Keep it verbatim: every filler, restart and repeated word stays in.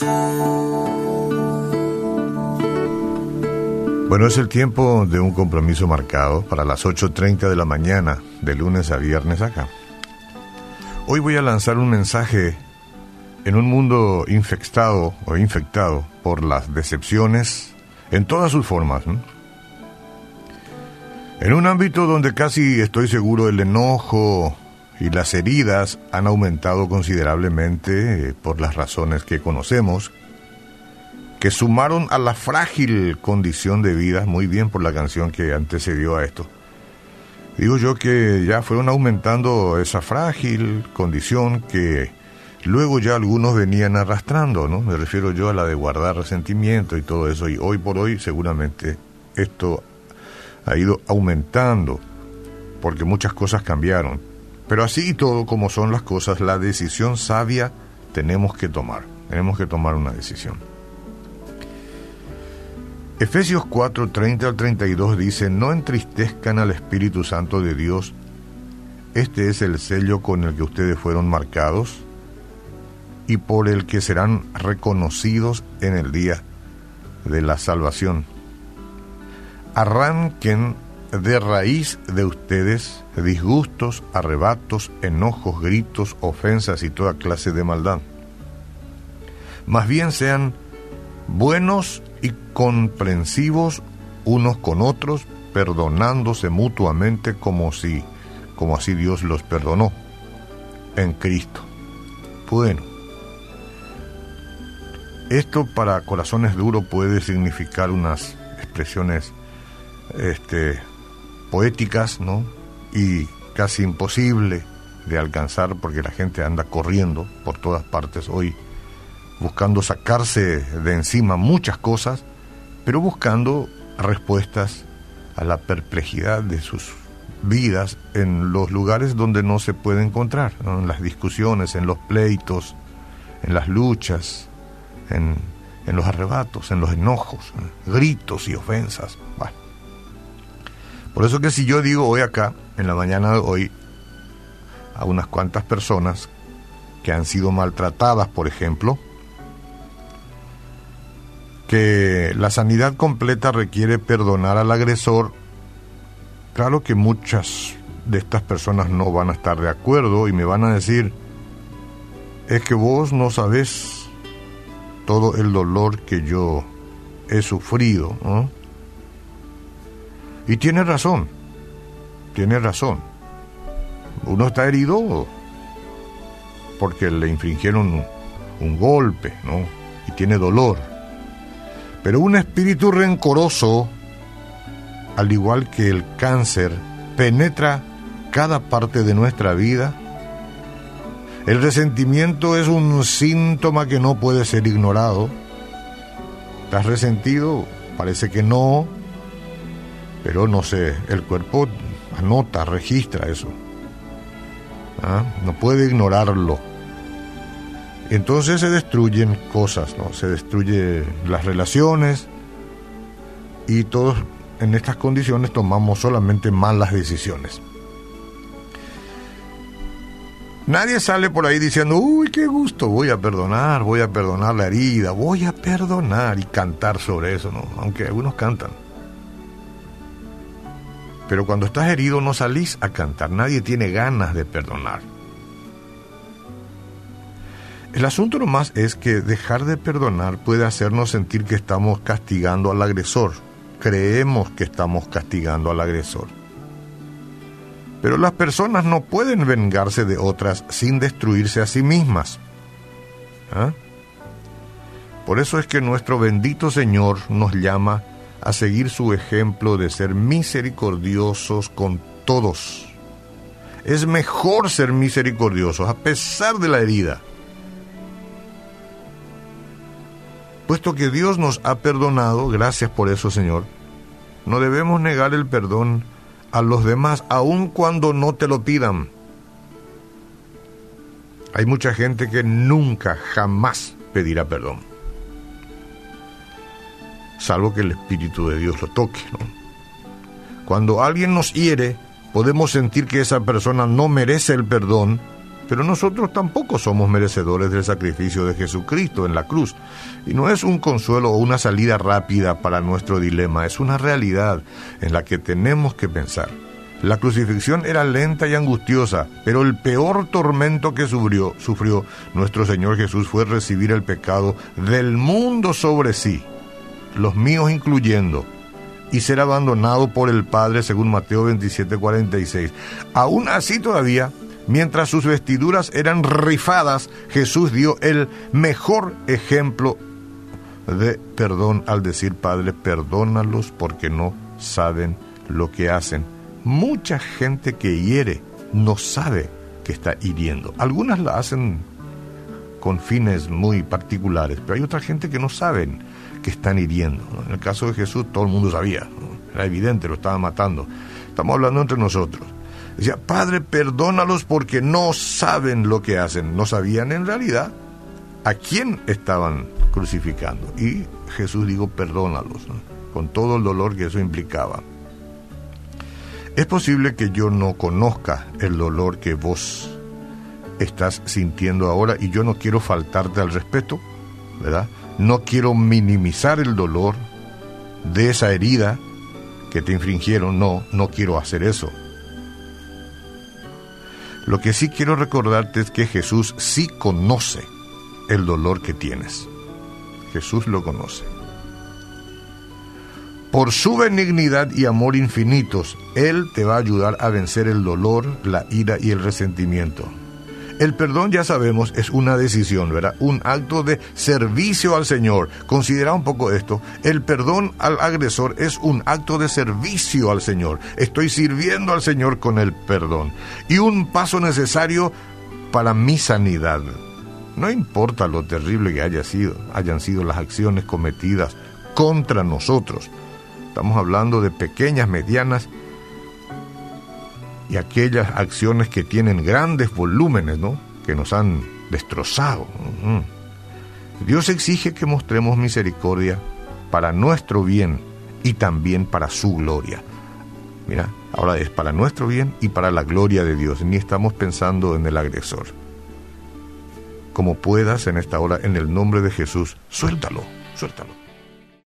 Bueno, es el tiempo de un compromiso marcado para las ocho treinta de la mañana, de lunes a viernes acá. Hoy voy a lanzar un mensaje en un mundo infectado o infectado por las decepciones en todas sus formas, ¿no? En un ámbito donde casi estoy seguro el enojo y las heridas han aumentado considerablemente por las razones que conocemos, que sumaron a la frágil condición de vida, muy bien por la canción que antecedió a esto. Digo yo que ya fueron aumentando esa frágil condición que luego ya algunos venían arrastrando, ¿no? Me refiero yo a la de guardar resentimiento y todo eso, y hoy por hoy seguramente esto ha ido aumentando, porque muchas cosas cambiaron. Pero así y todo, como son las cosas, la decisión sabia tenemos que tomar, tenemos que tomar una decisión. Efesios cuatro, treinta al treinta y dos dice: no entristezcan al Espíritu Santo de Dios, este es el sello con el que ustedes fueron marcados y por el que serán reconocidos en el día de la salvación. Arranquen de raíz de ustedes disgustos, arrebatos, enojos, gritos, ofensas y toda clase de maldad. Más bien sean buenos y comprensivos unos con otros, perdonándose mutuamente como si, como así Dios los perdonó en Cristo. Bueno, esto para corazones duros puede significar unas expresiones este, poéticas, ¿no? Y casi imposible de alcanzar, porque la gente anda corriendo por todas partes hoy, buscando sacarse de encima muchas cosas, pero buscando respuestas a la perplejidad de sus vidas en los lugares donde no se puede encontrar, ¿no? En las discusiones, en los pleitos, en las luchas, en, en los arrebatos, en los enojos, ¿no? Gritos y ofensas. Bueno. Por eso que si yo digo hoy acá, en la mañana de hoy, a unas cuantas personas que han sido maltratadas, por ejemplo, que la sanidad completa requiere perdonar al agresor, claro que muchas de estas personas no van a estar de acuerdo y me van a decir: es que vos no sabés todo el dolor que yo he sufrido, ¿no? Y tiene razón, tiene razón. Uno está herido porque le infringieron un, un golpe, ¿no? Y tiene dolor. Pero un espíritu rencoroso, al igual que el cáncer, penetra cada parte de nuestra vida. El resentimiento es un síntoma que no puede ser ignorado. ¿Estás resentido? Parece que no, pero no sé, el cuerpo anota, registra eso. ¿Ah? No puede ignorarlo. Entonces se destruyen cosas, ¿no? Se destruyen las relaciones y todos en estas condiciones tomamos solamente malas decisiones. Nadie sale por ahí diciendo: uy, qué gusto, voy a perdonar, voy a perdonar la herida, voy a perdonar y cantar sobre eso, ¿no? Aunque algunos cantan. Pero cuando estás herido no salís a cantar, nadie tiene ganas de perdonar. El asunto nomás es que dejar de perdonar puede hacernos sentir que estamos castigando al agresor. Creemos que estamos castigando al agresor. Pero las personas no pueden vengarse de otras sin destruirse a sí mismas. ¿Ah? Por eso es que nuestro bendito Señor nos llama a seguir su ejemplo de ser misericordiosos con todos. Es mejor ser misericordiosos a pesar de la herida. Puesto que Dios nos ha perdonado, gracias por eso, Señor, no debemos negar el perdón a los demás, aun cuando no te lo pidan. Hay mucha gente que nunca, jamás pedirá perdón, salvo que el Espíritu de Dios lo toque, ¿no? Cuando alguien nos hiere, podemos sentir que esa persona no merece el perdón Pero nosotros tampoco somos merecedores del sacrificio de Jesucristo en la cruz. Y no es un consuelo o una salida rápida para nuestro dilema, es una realidad en la que tenemos que pensar. La crucifixión era lenta y angustiosa, pero el peor tormento que sufrió, sufrió nuestro Señor Jesús fue recibir el pecado del mundo sobre sí, los míos incluyendo, y ser abandonado por el Padre, según Mateo veintisiete, cuarenta y seis. Aún así todavía, mientras sus vestiduras eran rifadas, Jesús dio el mejor ejemplo de perdón al decir: Padre, perdónalos porque no saben lo que hacen. Mucha gente que hiere no sabe que está hiriendo. Algunas la hacen con fines muy particulares, pero hay otra gente que no saben que están hiriendo, ¿no? En el caso de Jesús todo el mundo sabía, ¿no? Era evidente, lo estaban matando. Estamos hablando entre nosotros. Decía: Padre, perdónalos porque no saben lo que hacen. No sabían en realidad a quién estaban crucificando. Y Jesús dijo: perdónalos, ¿no? Con todo el dolor que eso implicaba. Es posible que yo no conozca el dolor que vos estás sintiendo ahora, y yo no quiero faltarte al respeto, ¿verdad? No quiero minimizar el dolor de esa herida que te infringieron. No, no quiero hacer eso. Lo que sí quiero recordarte es que Jesús sí conoce el dolor que tienes. Jesús lo conoce. Por su benignidad y amor infinitos, Él te va a ayudar a vencer el dolor, la ira y el resentimiento. El perdón, ya sabemos, es una decisión, ¿verdad? Un acto de servicio al Señor. Considera un poco esto. El perdón al agresor es un acto de servicio al Señor. Estoy sirviendo al Señor con el perdón. Y un paso necesario para mi sanidad. No importa lo terrible que haya sido, hayan sido las acciones cometidas contra nosotros. Estamos hablando de pequeñas, medianas y aquellas acciones que tienen grandes volúmenes, ¿no? Que nos han destrozado. Uh-huh. Dios exige que mostremos misericordia para nuestro bien y también para su gloria. Mira, ahora es para nuestro bien y para la gloria de Dios. Ni estamos pensando en el agresor. Como puedas en esta hora, en el nombre de Jesús, suéltalo, suéltalo.